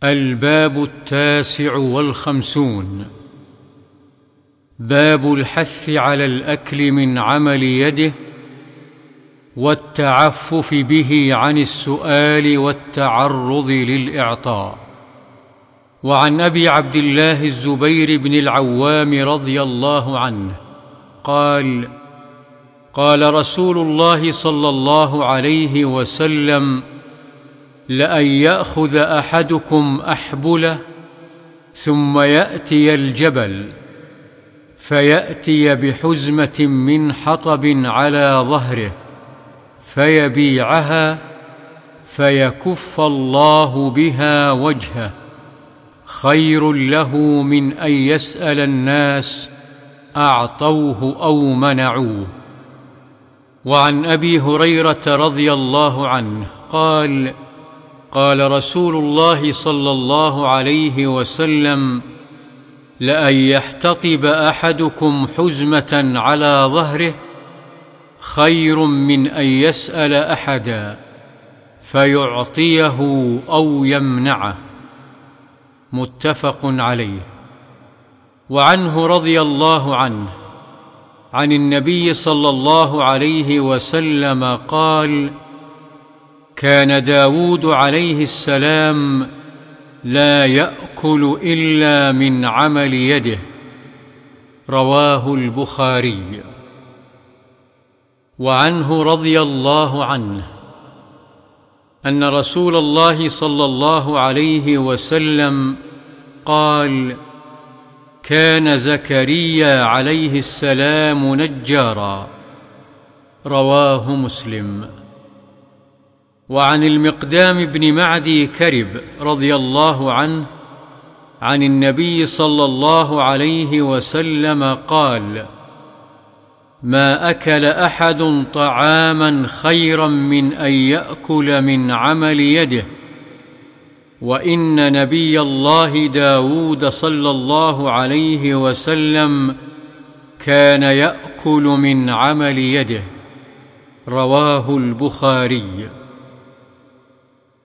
الباب 59. باب الحث على الأكل من عمل يده والتعفف به عن السؤال والتعرض للإعطاء. وعن أبي عبد الله الزبير بن العوام رضي الله عنه قال: قال رسول الله صلى الله عليه وسلم: لأن يأخذ أحدكم أحبله ثم يأتي الجبل فيأتي بحزمة من حطب على ظهره فيبيعها فيكف الله بها وجهه خير له من أن يسأل الناس أعطوه أو منعوه. وعن أبي هريرة رضي الله عنه قال: قال رسول الله صلى الله عليه وسلم: لأن يحتطب أحدكم حزمة على ظهره خير من أن يسأل أحدا فيعطيه أو يمنعه. متفق عليه. وعنه رضي الله عنه عن النبي صلى الله عليه وسلم قال: كان داود عليه السلام لا يأكل إلا من عمل يده. رواه البخاري. وعنه رضي الله عنه أن رسول الله صلى الله عليه وسلم قال: كان زكريا عليه السلام نجارا. رواه مسلم. وعن المقدام بن معدي كرب رضي الله عنه عن النبي صلى الله عليه وسلم قال: ما أكل أحد طعاما خيرا من أن يأكل من عمل يده. وإن نبي الله داود صلى الله عليه وسلم كان يأكل من عمل يده. رواه البخاري.